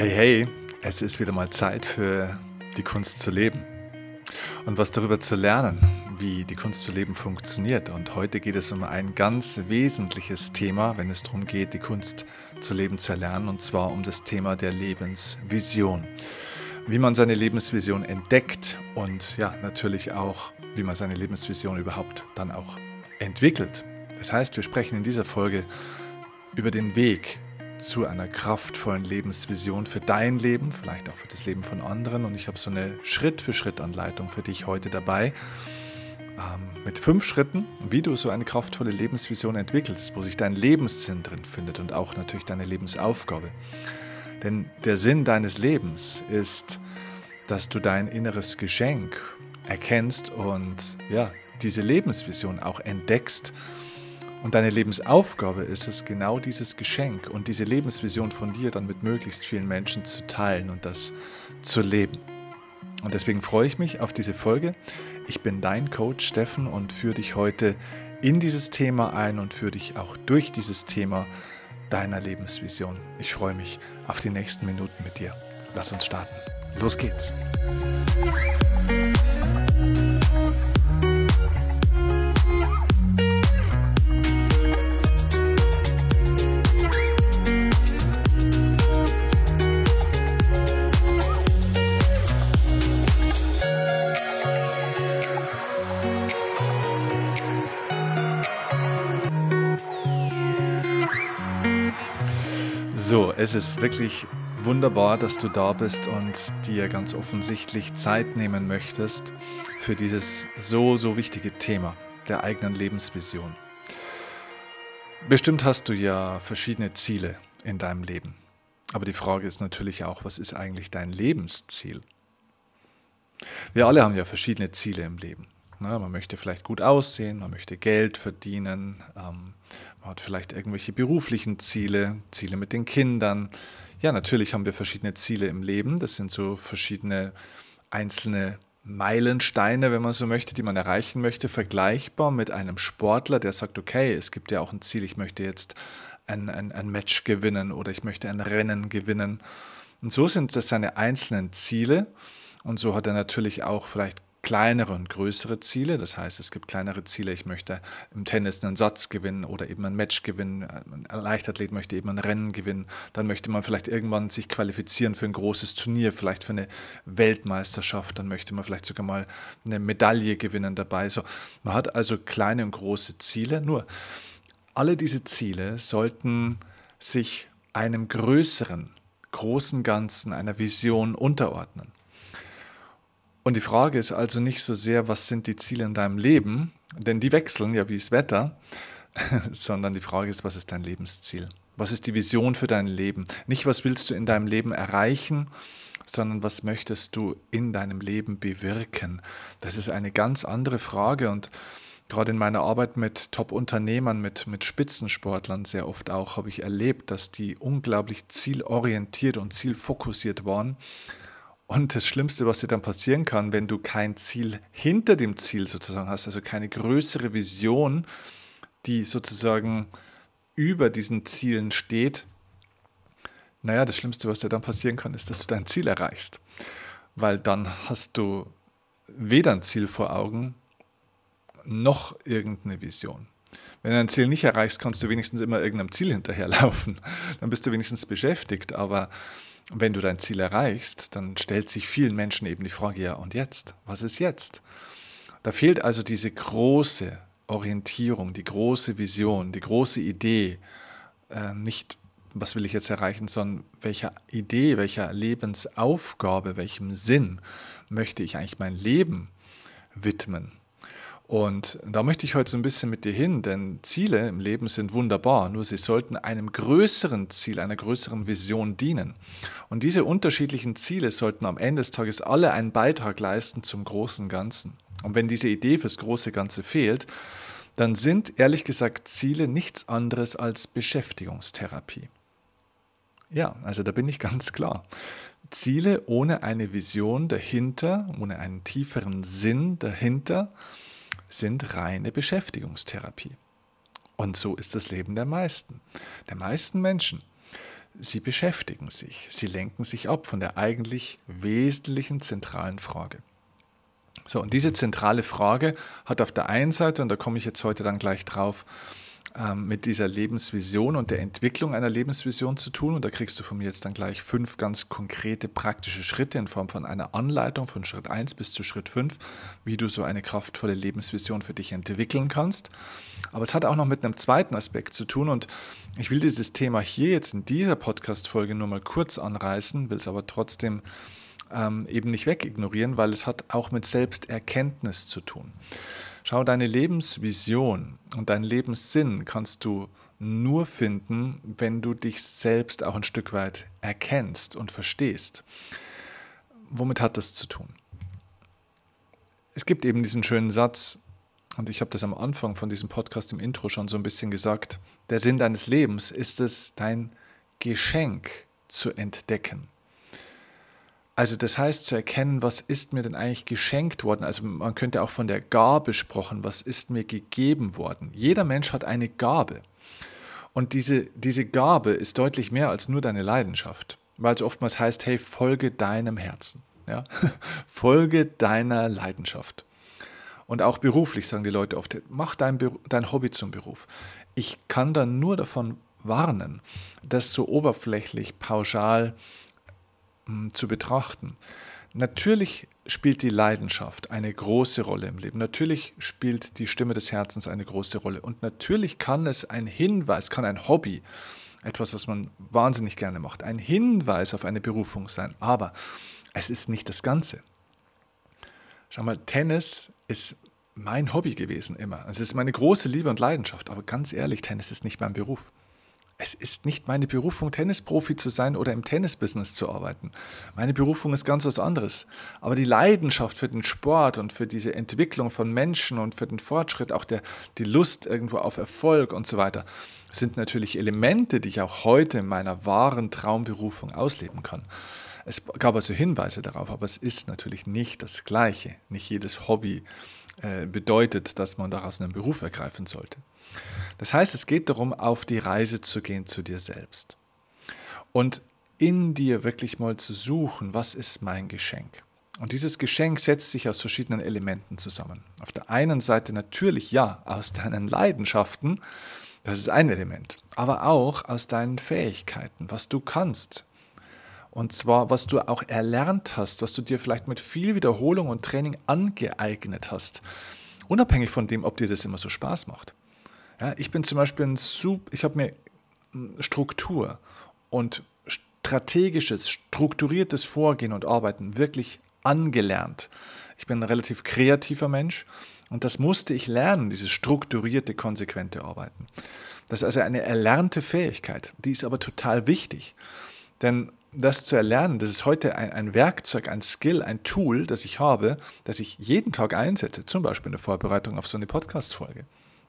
Hey, es ist wieder mal Zeit für die Kunst zu leben und was darüber zu lernen, wie die Kunst zu leben funktioniert. Und heute geht es um ein ganz wesentliches Thema, wenn es darum geht, die Kunst zu leben zu erlernen, und zwar um das Thema der Lebensvision. Wie man seine Lebensvision entdeckt und ja, natürlich auch, wie man seine Lebensvision überhaupt dann auch entwickelt. Das heißt, wir sprechen in dieser Folge über den Weg zu einer kraftvollen Lebensvision für dein Leben, vielleicht auch für das Leben von anderen. Und ich habe so eine Schritt-für-Schritt-Anleitung für dich heute dabei, mit 5 Schritten, wie du so eine kraftvolle Lebensvision entwickelst, wo sich dein Lebenssinn drin findet und auch natürlich deine Lebensaufgabe. Denn der Sinn deines Lebens ist, dass du dein inneres Geschenk erkennst und ja, diese Lebensvision auch entdeckst. Und deine Lebensaufgabe ist es, genau dieses Geschenk und diese Lebensvision von dir dann mit möglichst vielen Menschen zu teilen und das zu leben. Und deswegen freue ich mich auf diese Folge. Ich bin dein Coach Steffen und führe dich heute in dieses Thema ein und führe dich auch durch dieses Thema deiner Lebensvision. Ich freue mich auf die nächsten Minuten mit dir. Lass uns starten. Los geht's. So, es ist wirklich wunderbar, dass du da bist und dir ganz offensichtlich Zeit nehmen möchtest für dieses so wichtige Thema der eigenen Lebensvision. Bestimmt hast du ja verschiedene Ziele in deinem Leben. Aber die Frage ist natürlich auch, was ist eigentlich dein Lebensziel? Wir alle haben ja verschiedene Ziele im Leben. Man möchte vielleicht gut aussehen, man möchte Geld verdienen, man hat vielleicht irgendwelche beruflichen Ziele, Ziele mit den Kindern. Ja, natürlich haben wir verschiedene Ziele im Leben. Das sind so verschiedene einzelne Meilensteine, wenn man so möchte, die man erreichen möchte, vergleichbar mit einem Sportler, der sagt, okay, es gibt ja auch ein Ziel, ich möchte jetzt ein Match gewinnen oder ich möchte ein Rennen gewinnen. Und so sind das seine einzelnen Ziele. Und so hat er natürlich auch vielleicht kleinere und größere Ziele. Das heißt, es gibt kleinere Ziele, ich möchte im Tennis einen Satz gewinnen oder eben ein Match gewinnen. Ein Leichtathlet möchte eben ein Rennen gewinnen. Dann möchte man vielleicht irgendwann sich qualifizieren für ein großes Turnier, vielleicht für eine Weltmeisterschaft. Dann möchte man vielleicht sogar mal eine Medaille gewinnen dabei. So, man hat also kleine und große Ziele. Nur alle diese Ziele sollten sich einem großen Ganzen, einer Vision unterordnen. Und die Frage ist also nicht so sehr, was sind die Ziele in deinem Leben, denn die wechseln ja wie das Wetter, sondern die Frage ist, was ist dein Lebensziel? Was ist die Vision für dein Leben? Nicht, was willst du in deinem Leben erreichen, sondern was möchtest du in deinem Leben bewirken? Das ist eine ganz andere Frage und gerade in meiner Arbeit mit Top-Unternehmern, mit Spitzensportlern sehr oft auch, habe ich erlebt, dass die unglaublich zielorientiert und zielfokussiert waren. Und das Schlimmste, was dir dann passieren kann, wenn du kein Ziel hinter dem Ziel sozusagen hast, also keine größere Vision, die sozusagen über diesen Zielen steht, das Schlimmste, was dir dann passieren kann, ist, dass du dein Ziel erreichst. Weil dann hast du weder ein Ziel vor Augen, noch irgendeine Vision. Wenn du ein Ziel nicht erreichst, kannst du wenigstens immer irgendeinem Ziel hinterherlaufen. Dann bist du wenigstens beschäftigt, aber wenn du dein Ziel erreichst, dann stellt sich vielen Menschen eben die Frage, ja und jetzt? Was ist jetzt? Da fehlt also diese große Orientierung, die große Vision, die große Idee. Nicht, was will ich jetzt erreichen, sondern welcher Idee, welcher Lebensaufgabe, welchem Sinn möchte ich eigentlich mein Leben widmen? Und da möchte ich heute so ein bisschen mit dir hin, denn Ziele im Leben sind wunderbar, nur sie sollten einem größeren Ziel, einer größeren Vision dienen. Und diese unterschiedlichen Ziele sollten am Ende des Tages alle einen Beitrag leisten zum großen Ganzen. Und wenn diese Idee fürs große Ganze fehlt, dann sind ehrlich gesagt Ziele nichts anderes als Beschäftigungstherapie. Ja, also da bin ich ganz klar. Ziele ohne eine Vision dahinter, ohne einen tieferen Sinn dahinter, sind reine Beschäftigungstherapie. Und so ist das Leben der meisten Menschen. sie beschäftigen sich, sie lenken sich ab von der eigentlich wesentlichen zentralen Frage. So, und diese zentrale Frage hat auf der einen Seite, und da komme ich jetzt heute dann gleich drauf, mit dieser Lebensvision und der Entwicklung einer Lebensvision zu tun. Und da kriegst du von mir jetzt dann gleich 5 ganz konkrete praktische Schritte in Form von einer Anleitung von Schritt 1 bis zu Schritt 5, wie du so eine kraftvolle Lebensvision für dich entwickeln kannst. Aber es hat auch noch mit einem zweiten Aspekt zu tun und ich will dieses Thema hier jetzt in dieser Podcast-Folge nur mal kurz anreißen, will es aber trotzdem eben nicht wegignorieren, weil es hat auch mit Selbsterkenntnis zu tun. Schau, deine Lebensvision und deinen Lebenssinn kannst du nur finden, wenn du dich selbst auch ein Stück weit erkennst und verstehst. Womit hat das zu tun? Es gibt eben diesen schönen Satz, und ich habe das am Anfang von diesem Podcast im Intro schon so ein bisschen gesagt, der Sinn deines Lebens ist es, dein Geschenk zu entdecken. Also das heißt zu erkennen, was ist mir denn eigentlich geschenkt worden? Also man könnte auch von der Gabe sprechen, was ist mir gegeben worden? Jeder Mensch hat eine Gabe. Und diese Gabe ist deutlich mehr als nur deine Leidenschaft. Weil es oftmals heißt, hey, folge deinem Herzen. Ja? Folge deiner Leidenschaft. Und auch beruflich sagen die Leute oft, mach dein Hobby zum Beruf. Ich kann dann nur davon warnen, das so oberflächlich, pauschal zu betrachten. Natürlich spielt die Leidenschaft eine große Rolle im Leben. Natürlich spielt die Stimme des Herzens eine große Rolle. Und natürlich kann es ein Hinweis, kann ein Hobby, etwas, was man wahnsinnig gerne macht, ein Hinweis auf eine Berufung sein. Aber es ist nicht das Ganze. Schau mal, Tennis ist mein Hobby gewesen immer. Es ist meine große Liebe und Leidenschaft. Aber ganz ehrlich, Tennis ist nicht mein Beruf. Es ist nicht meine Berufung, Tennisprofi zu sein oder im Tennisbusiness zu arbeiten. Meine Berufung ist ganz was anderes. Aber die Leidenschaft für den Sport und für diese Entwicklung von Menschen und für den Fortschritt, auch die Lust irgendwo auf Erfolg und so weiter, sind natürlich Elemente, die ich auch heute in meiner wahren Traumberufung ausleben kann. Es gab also Hinweise darauf, aber es ist natürlich nicht das Gleiche. Nicht jedes Hobby bedeutet, dass man daraus einen Beruf ergreifen sollte. Das heißt, es geht darum, auf die Reise zu gehen zu dir selbst und in dir wirklich mal zu suchen, was ist mein Geschenk? Und dieses Geschenk setzt sich aus verschiedenen Elementen zusammen. Auf der einen Seite natürlich ja aus deinen Leidenschaften, das ist ein Element, aber auch aus deinen Fähigkeiten, was du kannst. Und zwar, was du auch erlernt hast, was du dir vielleicht mit viel Wiederholung und Training angeeignet hast, unabhängig von dem, ob dir das immer so Spaß macht. Ja, ich bin zum Beispiel ich habe mir Struktur und strategisches, strukturiertes Vorgehen und Arbeiten wirklich angelernt. Ich bin ein relativ kreativer Mensch und das musste ich lernen, dieses strukturierte, konsequente Arbeiten. Das ist also eine erlernte Fähigkeit, die ist aber total wichtig. Denn das zu erlernen, das ist heute ein Werkzeug, ein Skill, ein Tool, das ich habe, das ich jeden Tag einsetze, zum Beispiel in der Vorbereitung auf so eine Podcast-Folge.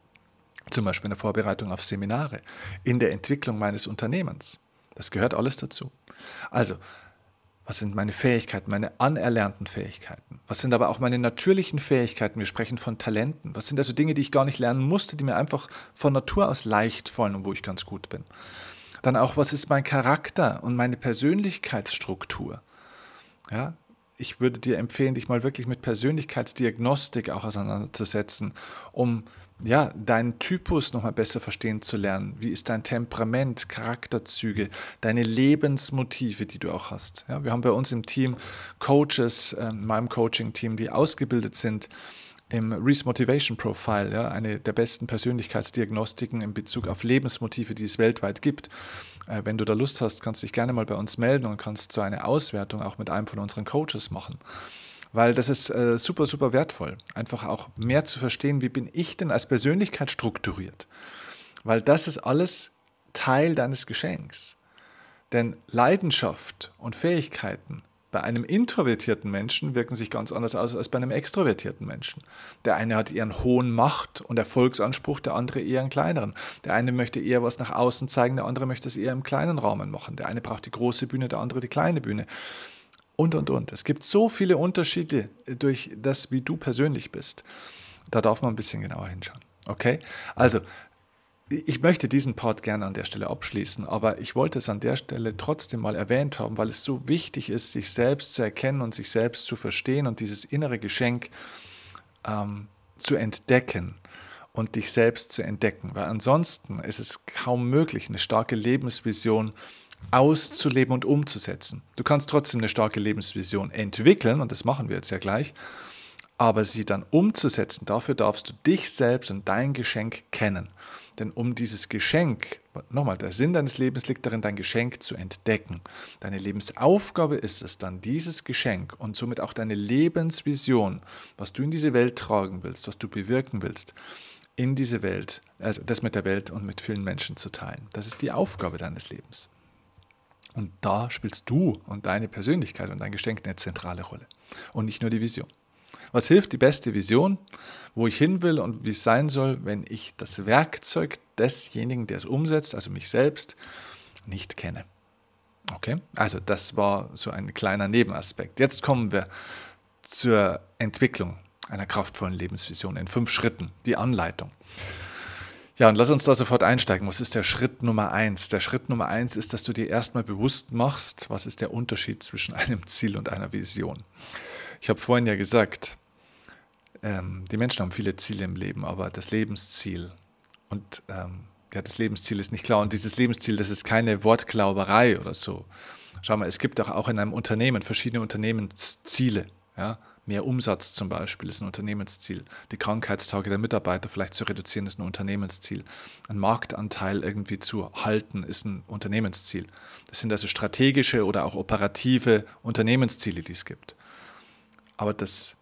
Zum Beispiel in der Vorbereitung auf Seminare, in der Entwicklung meines Unternehmens. Das gehört alles dazu. Also, was sind meine Fähigkeiten, meine anerlernten Fähigkeiten? Was sind aber auch meine natürlichen Fähigkeiten? Wir sprechen von Talenten. Was sind also Dinge, die ich gar nicht lernen musste, die mir einfach von Natur aus leicht fallen und wo ich ganz gut bin? Dann auch, was ist mein Charakter und meine Persönlichkeitsstruktur? Ja, ich würde dir empfehlen, dich mal wirklich mit Persönlichkeitsdiagnostik auch auseinanderzusetzen, um deinen Typus nochmal besser verstehen zu lernen. Wie ist dein Temperament, Charakterzüge, deine Lebensmotive, die du auch hast. Ja, wir haben bei uns im Team Coaches, in meinem Coaching-Team, die ausgebildet sind im Reese Motivation Profile, ja, eine der besten Persönlichkeitsdiagnostiken in Bezug auf Lebensmotive, die es weltweit gibt. Wenn du da Lust hast, kannst du dich gerne mal bei uns melden und kannst so eine Auswertung auch mit einem von unseren Coaches machen. Weil das ist super, super wertvoll, einfach auch mehr zu verstehen, wie bin ich denn als Persönlichkeit strukturiert. Weil das ist alles Teil deines Geschenks. Denn Leidenschaft und Fähigkeiten bei einem introvertierten Menschen wirken sich ganz anders aus als bei einem extrovertierten Menschen. Der eine hat eher einen hohen Macht- und Erfolgsanspruch, der andere eher einen kleineren. Der eine möchte eher was nach außen zeigen, der andere möchte es eher im kleinen Rahmen machen. Der eine braucht die große Bühne, der andere die kleine Bühne. Und. Es gibt so viele Unterschiede durch das, wie du persönlich bist. Da darf man ein bisschen genauer hinschauen. Okay? Also, Ich möchte diesen Part gerne an der Stelle abschließen, aber ich wollte es an der Stelle trotzdem mal erwähnt haben, weil es so wichtig ist, sich selbst zu erkennen und sich selbst zu verstehen und dieses innere Geschenk zu entdecken und dich selbst zu entdecken. Weil ansonsten ist es kaum möglich, eine starke Lebensvision auszuleben und umzusetzen. Du kannst trotzdem eine starke Lebensvision entwickeln, und das machen wir jetzt ja gleich, aber sie dann umzusetzen, dafür darfst du dich selbst und dein Geschenk kennen. Denn um dieses Geschenk, nochmal, der Sinn deines Lebens liegt darin, dein Geschenk zu entdecken. Deine Lebensaufgabe ist es dann, dieses Geschenk und somit auch deine Lebensvision, was du in diese Welt tragen willst, was du bewirken willst, in diese Welt, also das mit der Welt und mit vielen Menschen zu teilen. Das ist die Aufgabe deines Lebens. Und da spielst du und deine Persönlichkeit und dein Geschenk eine zentrale Rolle. Und nicht nur die Vision. Was hilft die beste Vision, wo ich hin will und wie es sein soll, wenn ich das Werkzeug desjenigen, der es umsetzt, also mich selbst, nicht kenne? Okay, also das war so ein kleiner Nebenaspekt. Jetzt kommen wir zur Entwicklung einer kraftvollen Lebensvision in 5 Schritten, die Anleitung. Ja, und lass uns da sofort einsteigen. Was ist der Schritt Nummer 1? Der Schritt Nummer 1 ist, dass du dir erstmal bewusst machst, was ist der Unterschied zwischen einem Ziel und einer Vision. Ich habe vorhin ja gesagt, die Menschen haben viele Ziele im Leben, aber das Lebensziel und das Lebensziel ist nicht klar. Und dieses Lebensziel, das ist keine Wortklauberei oder so. Schau mal, es gibt auch in einem Unternehmen verschiedene Unternehmensziele. Ja? Mehr Umsatz zum Beispiel ist ein Unternehmensziel. Die Krankheitstage der Mitarbeiter vielleicht zu reduzieren ist ein Unternehmensziel. Ein Marktanteil irgendwie zu halten ist ein Unternehmensziel. Das sind also strategische oder auch operative Unternehmensziele, die es gibt. Aber das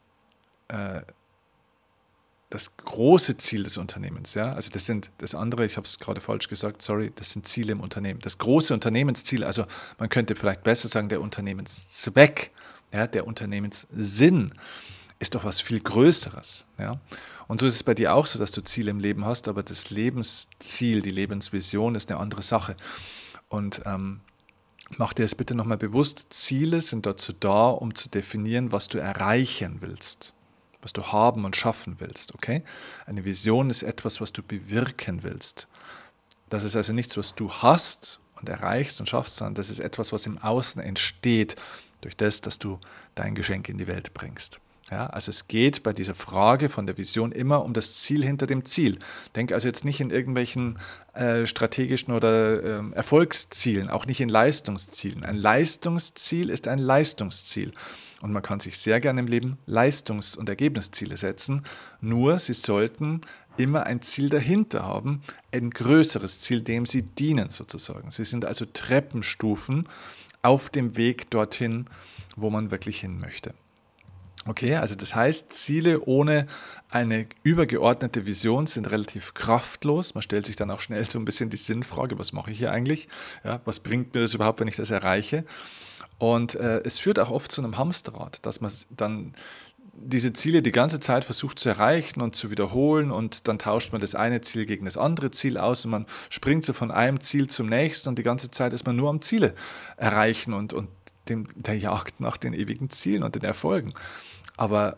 große Ziel des Unternehmens, ja, also das andere, ich habe es gerade falsch gesagt, sorry, das sind Ziele im Unternehmen. Das große Unternehmensziel, also man könnte vielleicht besser sagen, der Unternehmenszweck, ja, der Unternehmenssinn ist doch was viel Größeres. Ja. Und so ist es bei dir auch so, dass du Ziele im Leben hast, aber das Lebensziel, die Lebensvision ist eine andere Sache. Und mach dir es bitte nochmal bewusst, Ziele sind dazu da, um zu definieren, was du erreichen willst, was du haben und schaffen willst, okay? Eine Vision ist etwas, was du bewirken willst. Das ist also nichts, was du hast und erreichst und schaffst, sondern das ist etwas, was im Außen entsteht, durch das, dass du dein Geschenk in die Welt bringst. Ja, also es geht bei dieser Frage von der Vision immer um das Ziel hinter dem Ziel. Denk also jetzt nicht in irgendwelchen strategischen oder Erfolgszielen, auch nicht in Leistungszielen. Ein Leistungsziel ist ein Leistungsziel. Und man kann sich sehr gerne im Leben Leistungs- und Ergebnisziele setzen, nur sie sollten immer ein Ziel dahinter haben, ein größeres Ziel, dem sie dienen sozusagen. Sie sind also Treppenstufen auf dem Weg dorthin, wo man wirklich hin möchte. Okay, also das heißt, Ziele ohne eine übergeordnete Vision sind relativ kraftlos. Man stellt sich dann auch schnell so ein bisschen die Sinnfrage, was mache ich hier eigentlich? Ja, was bringt mir das überhaupt, wenn ich das erreiche? Und es führt auch oft zu einem Hamsterrad, dass man dann diese Ziele die ganze Zeit versucht zu erreichen und zu wiederholen und dann tauscht man das eine Ziel gegen das andere Ziel aus und man springt so von einem Ziel zum nächsten und die ganze Zeit ist man nur am Ziele erreichen und der Jagd nach den ewigen Zielen und den Erfolgen. Aber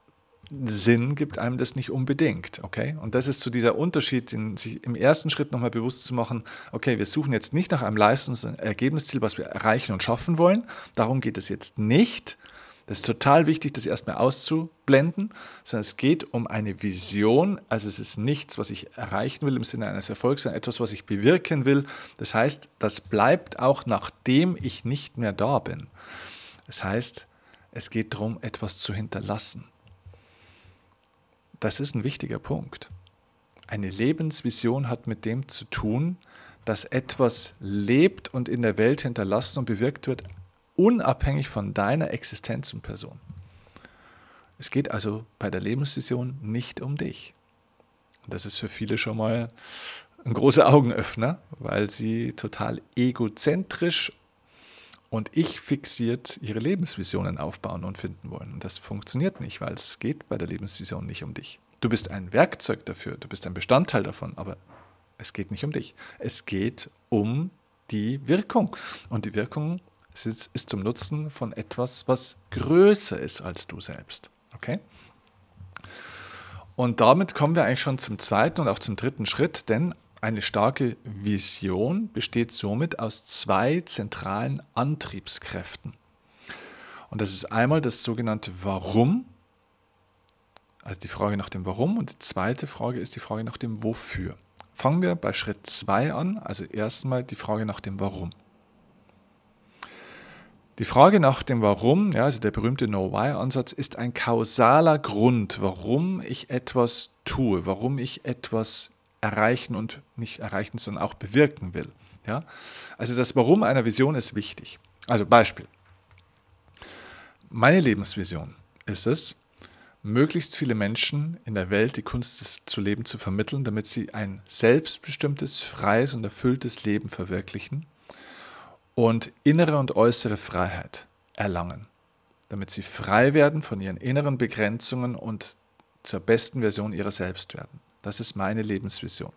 Sinn gibt einem das nicht unbedingt, okay? Und das ist so dieser Unterschied, sich im ersten Schritt nochmal bewusst zu machen, okay, wir suchen jetzt nicht nach einem Leistungs- und Ergebnisziel, was wir erreichen und schaffen wollen. Darum geht es jetzt nicht. Das ist total wichtig, das erstmal auszublenden, sondern es geht um eine Vision. Also es ist nichts, was ich erreichen will im Sinne eines Erfolgs, sondern etwas, was ich bewirken will. Das heißt, das bleibt auch, nachdem ich nicht mehr da bin. Das heißt, es geht darum, etwas zu hinterlassen. Das ist ein wichtiger Punkt. Eine Lebensvision hat mit dem zu tun, dass etwas lebt und in der Welt hinterlassen und bewirkt wird, unabhängig von deiner Existenz und Person. Es geht also bei der Lebensvision nicht um dich. Und das ist für viele schon mal ein großer Augenöffner, weil sie total egozentrisch und ich-fixiert ihre Lebensvisionen aufbauen und finden wollen. Und das funktioniert nicht, weil es geht bei der Lebensvision nicht um dich. Du bist ein Werkzeug dafür, du bist ein Bestandteil davon, aber es geht nicht um dich. Es geht um die Wirkung. Und die Wirkung ist zum Nutzen von etwas, was größer ist als du selbst. Okay? Und damit kommen wir eigentlich schon zum zweiten und auch zum dritten Schritt, denn eine starke Vision besteht somit aus zwei zentralen Antriebskräften. Und das ist einmal das sogenannte Warum, also die Frage nach dem Warum, und die zweite Frage ist die Frage nach dem Wofür. Fangen wir bei Schritt 2 an, also erstmal die Frage nach dem Warum. Die Frage nach dem Warum, ja, also der berühmte No-Why-Ansatz, ist ein kausaler Grund, warum ich etwas tue, warum ich etwas erreichen und nicht erreichen, sondern auch bewirken will. Ja? Also das Warum einer Vision ist wichtig. Also Beispiel. Meine Lebensvision ist es, möglichst viele Menschen in der Welt die Kunst zu leben zu vermitteln, damit sie ein selbstbestimmtes, freies und erfülltes Leben verwirklichen und innere und äußere Freiheit erlangen, damit sie frei werden von ihren inneren Begrenzungen und zur besten Version ihrer selbst werden. Das ist meine Lebensvision.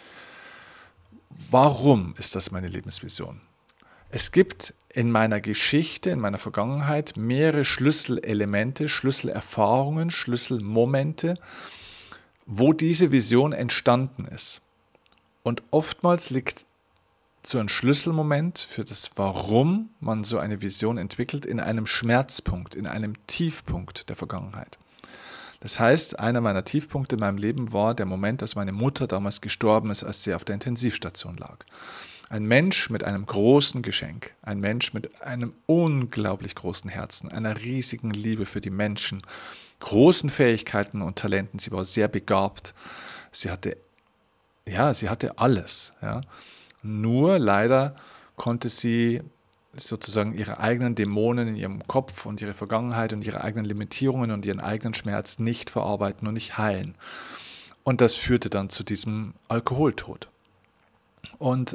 Warum ist das meine Lebensvision? Es gibt in meiner Geschichte, in meiner Vergangenheit mehrere Schlüsselelemente, Schlüsselerfahrungen, Schlüsselmomente, wo diese Vision entstanden ist. Und oftmals liegt so ein Schlüsselmoment für das, warum man so eine Vision entwickelt, in einem Schmerzpunkt, in einem Tiefpunkt der Vergangenheit. Das heißt, einer meiner Tiefpunkte in meinem Leben war der Moment, als meine Mutter damals gestorben ist, als sie auf der Intensivstation lag. Ein Mensch mit einem großen Geschenk, ein Mensch mit einem unglaublich großen Herzen, einer riesigen Liebe für die Menschen, großen Fähigkeiten und Talenten. Sie war sehr begabt. Sie hatte alles. Ja. Nur leider konnte sie sozusagen ihre eigenen Dämonen in ihrem Kopf und ihre Vergangenheit und ihre eigenen Limitierungen und ihren eigenen Schmerz nicht verarbeiten und nicht heilen. Und das führte dann zu diesem Alkoholtod. Und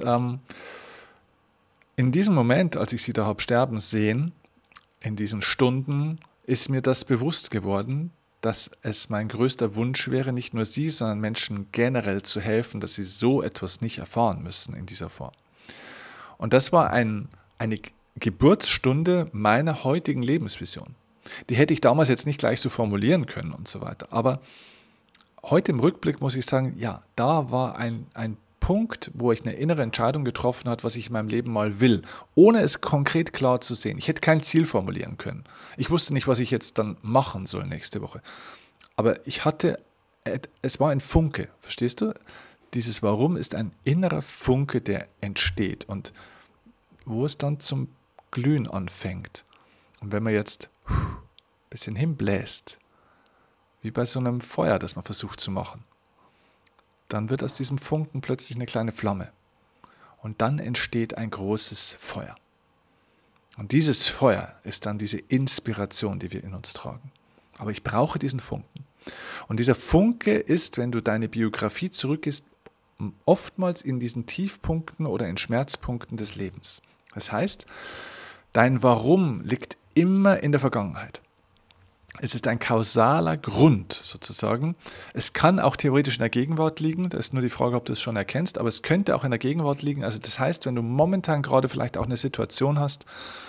in diesem Moment, als ich sie da habe sterben sehen, in diesen Stunden, ist mir das bewusst geworden, dass es mein größter Wunsch wäre, nicht nur sie, sondern Menschen generell zu helfen, dass sie so etwas nicht erfahren müssen in dieser Form. Und das war eine Geburtsstunde meiner heutigen Lebensvision. Die hätte ich damals jetzt nicht gleich so formulieren können und so weiter. Aber heute im Rückblick muss ich sagen, ja, da war ein Punkt, wo ich eine innere Entscheidung getroffen habe, was ich in meinem Leben mal will, ohne es konkret klar zu sehen. Ich hätte kein Ziel formulieren können. Ich wusste nicht, was ich jetzt dann machen soll nächste Woche. Aber es war ein Funke, verstehst du? Dieses Warum ist ein innerer Funke, der entsteht und wo es dann zum Glühen anfängt. Und wenn man jetzt ein bisschen hinbläst, wie bei so einem Feuer, das man versucht zu machen, dann wird aus diesem Funken plötzlich eine kleine Flamme. Und dann entsteht ein großes Feuer. Und dieses Feuer ist dann diese Inspiration, die wir in uns tragen. Aber ich brauche diesen Funken. Und dieser Funke ist, wenn du deine Biografie zurückgehst, oftmals in diesen Tiefpunkten oder in Schmerzpunkten des Lebens. Das heißt, dein Warum liegt immer in der Vergangenheit. Es ist ein kausaler Grund sozusagen. Es kann auch theoretisch in der Gegenwart liegen, da ist nur die Frage, ob du es schon erkennst, aber es könnte auch in der Gegenwart liegen. Also das heißt, wenn du momentan gerade vielleicht auch eine Situation hast,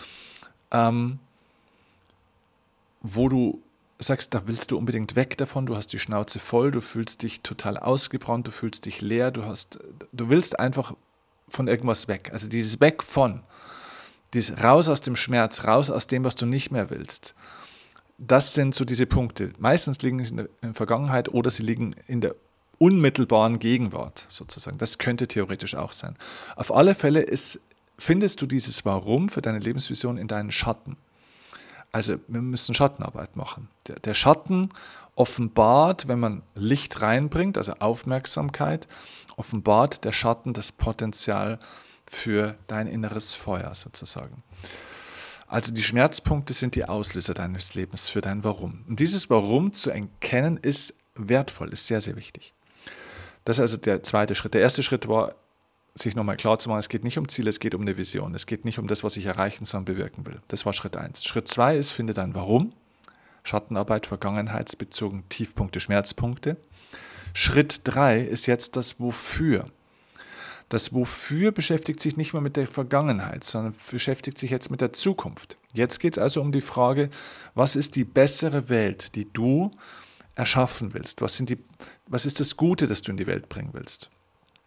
wo du sagst, da willst du unbedingt weg davon, du hast die Schnauze voll, du fühlst dich total ausgebrannt, du fühlst dich leer, du willst einfach von irgendwas weg. Also dieses Weg von, dieses raus aus dem Schmerz, raus aus dem, was du nicht mehr willst. Das sind so diese Punkte. Meistens liegen sie in der Vergangenheit oder sie liegen in der unmittelbaren Gegenwart sozusagen. Das könnte theoretisch auch sein. Auf alle Fälle findest du dieses Warum für deine Lebensvision in deinen Schatten. Also wir müssen Schattenarbeit machen. Der Schatten offenbart, wenn man Licht reinbringt, also Aufmerksamkeit, offenbart der Schatten das Potenzial für dein inneres Feuer sozusagen. Also die Schmerzpunkte sind die Auslöser deines Lebens für dein Warum. Und dieses Warum zu erkennen ist wertvoll, ist sehr, sehr wichtig. Das ist also der zweite Schritt. Der erste Schritt war, sich nochmal klar zu machen, es geht nicht um Ziele, es geht um eine Vision. Es geht nicht um das, was ich erreichen, sondern bewirken will. Das war Schritt 1. Schritt 2 ist, finde dein Warum. Schattenarbeit, vergangenheitsbezogen, Tiefpunkte, Schmerzpunkte. Schritt 3 ist jetzt das Wofür. Das Wofür beschäftigt sich nicht mehr mit der Vergangenheit, sondern beschäftigt sich jetzt mit der Zukunft. Jetzt geht es also um die Frage, was ist die bessere Welt, die du erschaffen willst? Was ist das Gute, das du in die Welt bringen willst?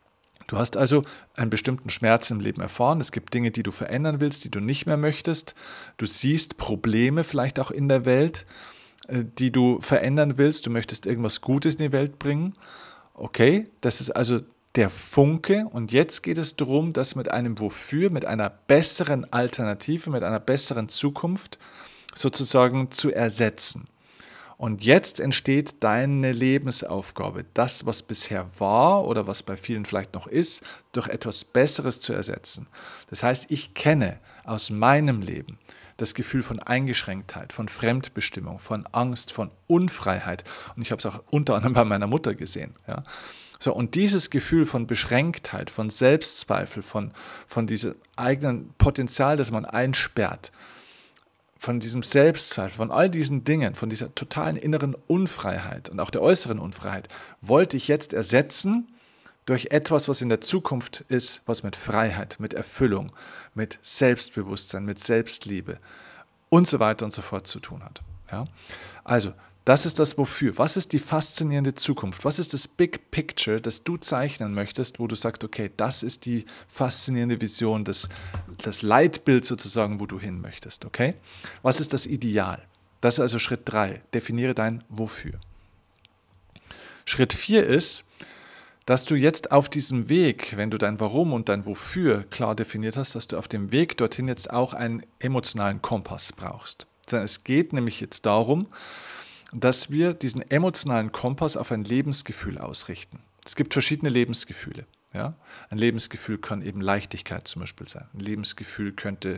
Du hast also einen bestimmten Schmerz im Leben erfahren. Es gibt Dinge, die du verändern willst, die du nicht mehr möchtest. Du siehst Probleme vielleicht auch in der Welt, die du verändern willst. Du möchtest irgendwas Gutes in die Welt bringen. Okay, das ist also der Funke. Und jetzt geht es darum, das mit einem Wofür, mit einer besseren Alternative, mit einer besseren Zukunft sozusagen zu ersetzen. Und jetzt entsteht deine Lebensaufgabe, das, was bisher war oder was bei vielen vielleicht noch ist, durch etwas Besseres zu ersetzen. Das heißt, ich kenne aus meinem Leben das Gefühl von Eingeschränktheit, von Fremdbestimmung, von Angst, von Unfreiheit. Und ich habe es auch unter anderem bei meiner Mutter gesehen. Ja. So, und dieses Gefühl von Beschränktheit, von Selbstzweifel, von diesem eigenen Potenzial, das man einsperrt, von diesem Selbstzweifel, von all diesen Dingen, von dieser totalen inneren Unfreiheit und auch der äußeren Unfreiheit, wollte ich jetzt ersetzen durch etwas, was in der Zukunft ist, was mit Freiheit, mit Erfüllung, mit Selbstbewusstsein, mit Selbstliebe und so weiter und so fort zu tun hat. Ja? Also, das ist das Wofür. Was ist die faszinierende Zukunft? Was ist das Big Picture, das du zeichnen möchtest, wo du sagst, okay, das ist die faszinierende Vision, das Leitbild sozusagen, wo du hin möchtest. Okay? Was ist das Ideal? Das ist also Schritt 3. Definiere dein Wofür. Schritt 4 ist, dass du jetzt auf diesem Weg, wenn du dein Warum und dein Wofür klar definiert hast, dass du auf dem Weg dorthin jetzt auch einen emotionalen Kompass brauchst. Denn es geht nämlich jetzt darum, dass wir diesen emotionalen Kompass auf ein Lebensgefühl ausrichten. Es gibt verschiedene Lebensgefühle. Ja? Ein Lebensgefühl kann eben Leichtigkeit zum Beispiel sein. Ein Lebensgefühl könnte,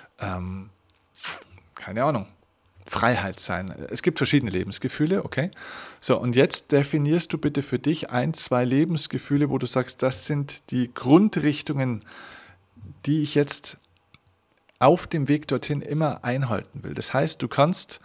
keine Ahnung, Freiheit sein. Es gibt verschiedene Lebensgefühle, okay? So, und jetzt definierst du bitte für dich 1, 2 Lebensgefühle, wo du sagst, das sind die Grundrichtungen, die ich jetzt auf dem Weg dorthin immer einhalten will. Das heißt, du kannst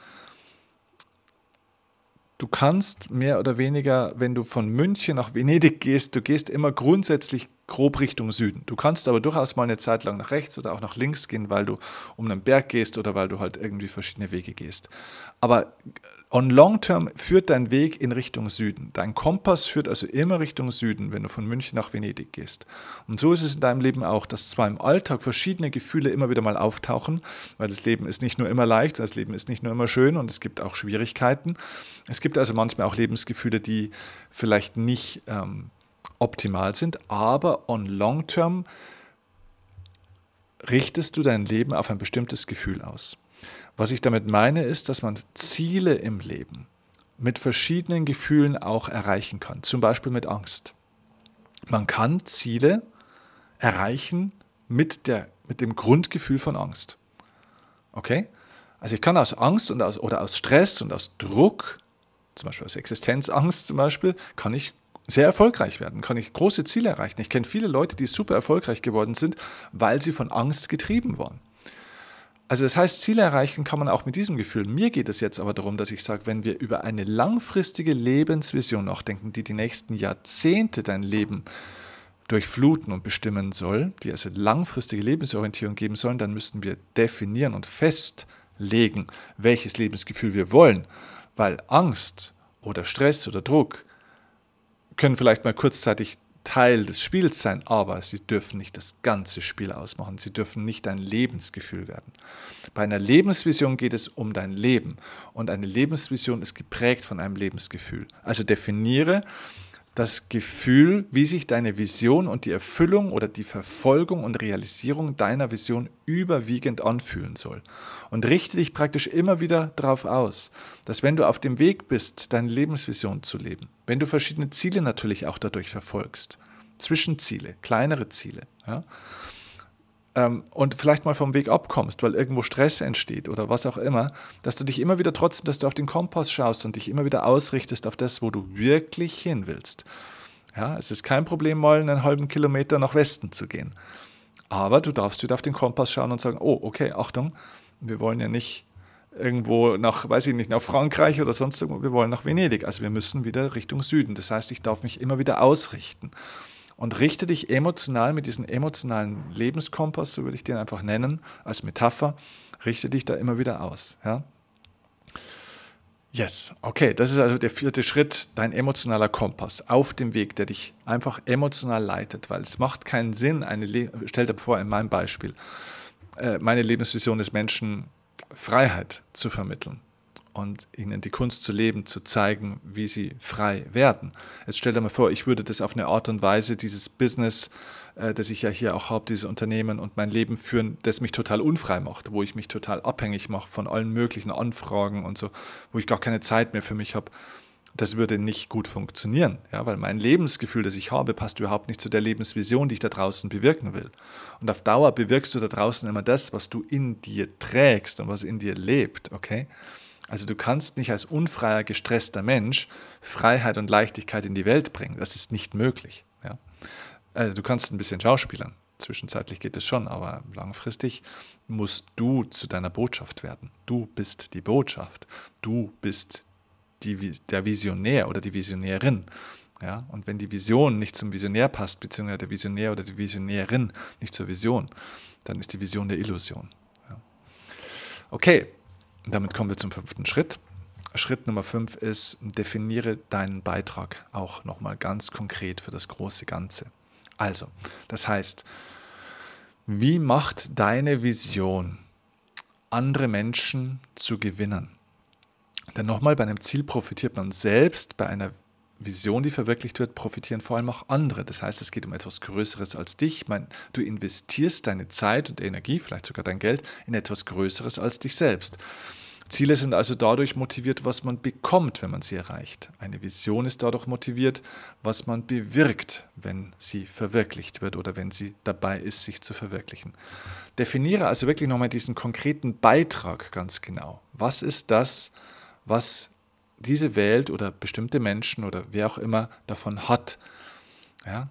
mehr oder weniger, wenn du von München nach Venedig gehst, du gehst immer grundsätzlich grob Richtung Süden. Du kannst aber durchaus mal eine Zeit lang nach rechts oder auch nach links gehen, weil du um einen Berg gehst oder weil du halt irgendwie verschiedene Wege gehst. Aber on long term führt dein Weg in Richtung Süden. Dein Kompass führt also immer Richtung Süden, wenn du von München nach Venedig gehst. Und so ist es in deinem Leben auch, dass zwar im Alltag verschiedene Gefühle immer wieder mal auftauchen, weil das Leben ist nicht nur immer leicht, das Leben ist nicht nur immer schön und es gibt auch Schwierigkeiten. Es gibt also manchmal auch Lebensgefühle, die vielleicht nicht optimal sind, aber on long term richtest du dein Leben auf ein bestimmtes Gefühl aus. Was ich damit meine, ist, dass man Ziele im Leben mit verschiedenen Gefühlen auch erreichen kann, zum Beispiel mit Angst. Man kann Ziele erreichen mit dem Grundgefühl von Angst. Okay? Also ich kann aus Angst oder aus Stress und aus Druck, zum Beispiel aus Existenzangst zum Beispiel, kann ich sehr erfolgreich werden, kann ich große Ziele erreichen. Ich kenne viele Leute, die super erfolgreich geworden sind, weil sie von Angst getrieben waren. Also das heißt, Ziele erreichen kann man auch mit diesem Gefühl. Mir geht es jetzt aber darum, dass ich sage, wenn wir über eine langfristige Lebensvision nachdenken, die nächsten Jahrzehnte dein Leben durchfluten und bestimmen soll, die also langfristige Lebensorientierung geben sollen, dann müssten wir definieren und festlegen, welches Lebensgefühl wir wollen. Weil Angst oder Stress oder Druck können vielleicht mal kurzzeitig Teil des Spiels sein, aber sie dürfen nicht das ganze Spiel ausmachen. Sie dürfen nicht dein Lebensgefühl werden. Bei einer Lebensvision geht es um dein Leben und eine Lebensvision ist geprägt von einem Lebensgefühl. Also definiere das Gefühl, wie sich deine Vision und die Erfüllung oder die Verfolgung und Realisierung deiner Vision überwiegend anfühlen soll. Und richte dich praktisch immer wieder darauf aus, dass wenn du auf dem Weg bist, deine Lebensvision zu leben, wenn du verschiedene Ziele natürlich auch dadurch verfolgst, Zwischenziele, kleinere Ziele, ja, und vielleicht mal vom Weg abkommst, weil irgendwo Stress entsteht oder was auch immer, dass du dich immer wieder trotzdem, dass du auf den Kompass schaust und dich immer wieder ausrichtest auf das, wo du wirklich hin willst. Ja, es ist kein Problem, mal einen halben Kilometer nach Westen zu gehen. Aber du darfst wieder auf den Kompass schauen und sagen, oh, okay, Achtung, wir wollen ja nicht irgendwo nach, weiß ich nicht, nach Frankreich oder sonst irgendwo, wir wollen nach Venedig. Also wir müssen wieder Richtung Süden. Das heißt, ich darf mich immer wieder ausrichten. Und richte dich emotional mit diesem emotionalen Lebenskompass, so würde ich den einfach nennen, als Metapher, richte dich da immer wieder aus. Ja? Yes, okay, das ist also der vierte Schritt, dein emotionaler Kompass auf dem Weg, der dich einfach emotional leitet, weil es macht keinen Sinn, stell dir vor, in meinem Beispiel, meine Lebensvision des Menschen, Freiheit zu vermitteln und ihnen die Kunst zu leben, zu zeigen, wie sie frei werden. Jetzt stell dir mal vor, ich würde das auf eine Art und Weise, dieses Business, das ich ja hier auch habe, dieses Unternehmen und mein Leben führen, das mich total unfrei macht, wo ich mich total abhängig mache von allen möglichen Anfragen und so, wo ich gar keine Zeit mehr für mich habe. Das würde nicht gut funktionieren, ja, weil mein Lebensgefühl, das ich habe, passt überhaupt nicht zu der Lebensvision, die ich da draußen bewirken will. Und auf Dauer bewirkst du da draußen immer das, was du in dir trägst und was in dir lebt, okay? Also du kannst nicht als unfreier, gestresster Mensch Freiheit und Leichtigkeit in die Welt bringen. Das ist nicht möglich. Ja? Also du kannst ein bisschen schauspielern. Zwischenzeitlich geht es schon, aber langfristig musst du zu deiner Botschaft werden. Du bist die Botschaft. Du bist der Visionär oder die Visionärin. Ja? Und wenn die Vision nicht zum Visionär passt, beziehungsweise der Visionär oder die Visionärin nicht zur Vision, dann ist die Vision der Illusion. Ja? Okay. Damit kommen wir zum 5. Schritt. Schritt Nummer 5 ist, definiere deinen Beitrag auch nochmal ganz konkret für das große Ganze. Also, das heißt, wie macht deine Vision, andere Menschen zu gewinnen? Denn nochmal, bei einem Ziel profitiert man selbst, bei einer Vision, die verwirklicht wird, profitieren vor allem auch andere. Das heißt, es geht um etwas Größeres als dich. Du investierst deine Zeit und Energie, vielleicht sogar dein Geld, in etwas Größeres als dich selbst. Ziele sind also dadurch motiviert, was man bekommt, wenn man sie erreicht. Eine Vision ist dadurch motiviert, was man bewirkt, wenn sie verwirklicht wird oder wenn sie dabei ist, sich zu verwirklichen. Definiere also wirklich nochmal diesen konkreten Beitrag ganz genau. Was ist das, was diese Welt oder bestimmte Menschen oder wer auch immer davon hat? Ja,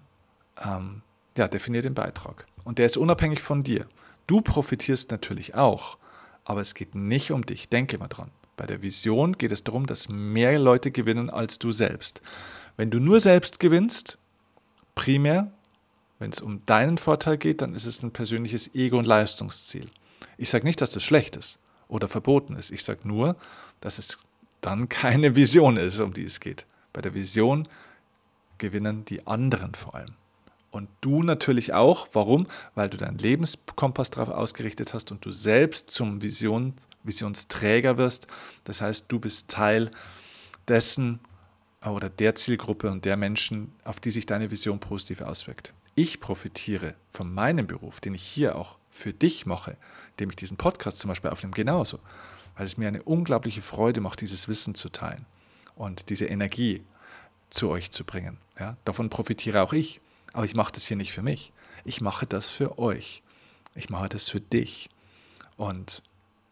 definiere den Beitrag. Und der ist unabhängig von dir. Du profitierst natürlich auch. Aber es geht nicht um dich. Denke mal dran. Bei der Vision geht es darum, dass mehr Leute gewinnen als du selbst. Wenn du nur selbst gewinnst, primär, wenn es um deinen Vorteil geht, dann ist es ein persönliches Ego- und Leistungsziel. Ich sage nicht, dass das schlecht ist oder verboten ist. Ich sage nur, dass es dann keine Vision ist, um die es geht. Bei der Vision gewinnen die anderen vor allem. Und du natürlich auch. Warum? Weil du deinen Lebenskompass darauf ausgerichtet hast und du selbst zum Visionsträger wirst. Das heißt, du bist Teil dessen oder der Zielgruppe und der Menschen, auf die sich deine Vision positiv auswirkt. Ich profitiere von meinem Beruf, den ich hier auch für dich mache, indem ich diesen Podcast zum Beispiel aufnehme, genauso. Weil es mir eine unglaubliche Freude macht, dieses Wissen zu teilen und diese Energie zu euch zu bringen. Ja? Davon profitiere auch ich. Aber ich mache das hier nicht für mich. Ich mache das für euch. Ich mache das für dich. Und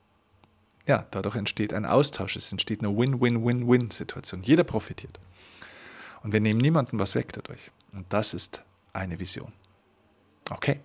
ja, dadurch entsteht ein Austausch. Es entsteht eine Win-Win-Win-Win-Situation. Jeder profitiert. Und wir nehmen niemandem was weg dadurch. Und das ist eine Vision. Okay.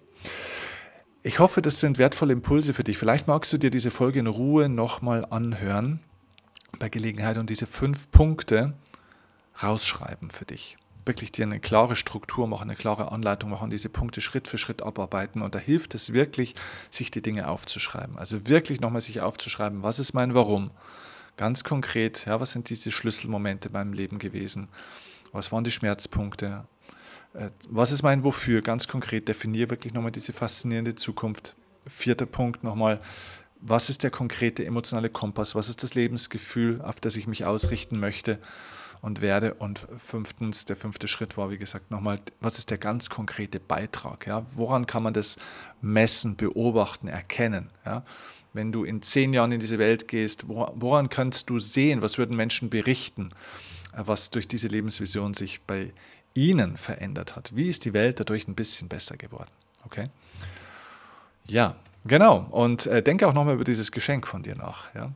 Ich hoffe, das sind wertvolle Impulse für dich. Vielleicht magst du dir diese Folge in Ruhe nochmal anhören, bei Gelegenheit, und diese 5 Punkte rausschreiben für dich. Wirklich dir eine klare Struktur machen, eine klare Anleitung machen, diese Punkte Schritt für Schritt abarbeiten. Und da hilft es wirklich, sich die Dinge aufzuschreiben. Also wirklich nochmal sich aufzuschreiben, was ist mein Warum? Ganz konkret, ja, was sind diese Schlüsselmomente in meinem Leben gewesen? Was waren die Schmerzpunkte? Was ist mein Wofür? Ganz konkret, definiere wirklich nochmal diese faszinierende Zukunft. 4. Punkt nochmal, was ist der konkrete emotionale Kompass? Was ist das Lebensgefühl, auf das ich mich ausrichten möchte und werde? Und 5. der 5. Schritt war, wie gesagt, nochmal, was ist der ganz konkrete Beitrag? Ja? Woran kann man das messen, beobachten, erkennen? Ja? Wenn du in 10 Jahren in diese Welt gehst, woran kannst du sehen, was würden Menschen berichten, was durch diese Lebensvision sich bei ihnen verändert hat? Wie ist die Welt dadurch ein bisschen besser geworden? Okay? Ja, genau. Und denke auch nochmal über dieses Geschenk von dir nach. Ja?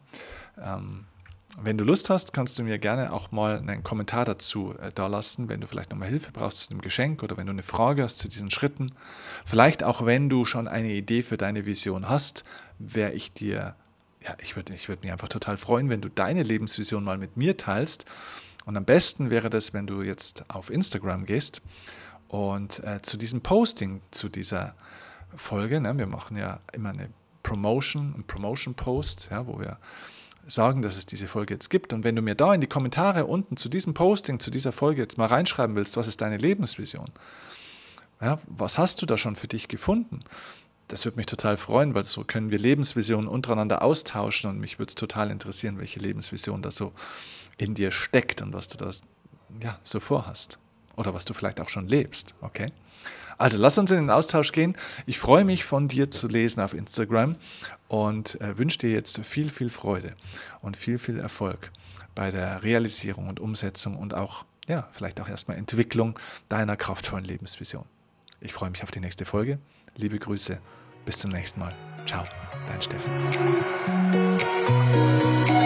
Wenn du Lust hast, kannst du mir gerne auch mal einen Kommentar dazu dalassen, wenn du vielleicht nochmal Hilfe brauchst zu dem Geschenk oder wenn du eine Frage hast zu diesen Schritten. Vielleicht auch, wenn du schon eine Idee für deine Vision hast, wäre ich dir, ja, ich würde mich einfach total freuen, wenn du deine Lebensvision mal mit mir teilst. Und am besten wäre das, wenn du jetzt auf Instagram gehst und zu diesem Posting, zu dieser Folge, ne, wir machen ja immer einen Promotion-Post, ja, wo wir sagen, dass es diese Folge jetzt gibt. Und wenn du mir da in die Kommentare unten zu diesem Posting, zu dieser Folge jetzt mal reinschreiben willst, was ist deine Lebensvision? Ja, was hast du da schon für dich gefunden? Das würde mich total freuen, weil so können wir Lebensvisionen untereinander austauschen und mich würde es total interessieren, welche Lebensvision da so in dir steckt und was du da so vorhast. Oder was du vielleicht auch schon lebst, okay? Also lass uns in den Austausch gehen. Ich freue mich, von dir zu lesen auf Instagram und wünsche dir jetzt viel, viel Freude und viel, viel Erfolg bei der Realisierung und Umsetzung und auch, vielleicht auch erstmal Entwicklung deiner kraftvollen Lebensvision. Ich freue mich auf die nächste Folge. Liebe Grüße, bis zum nächsten Mal. Ciao, dein Steffen.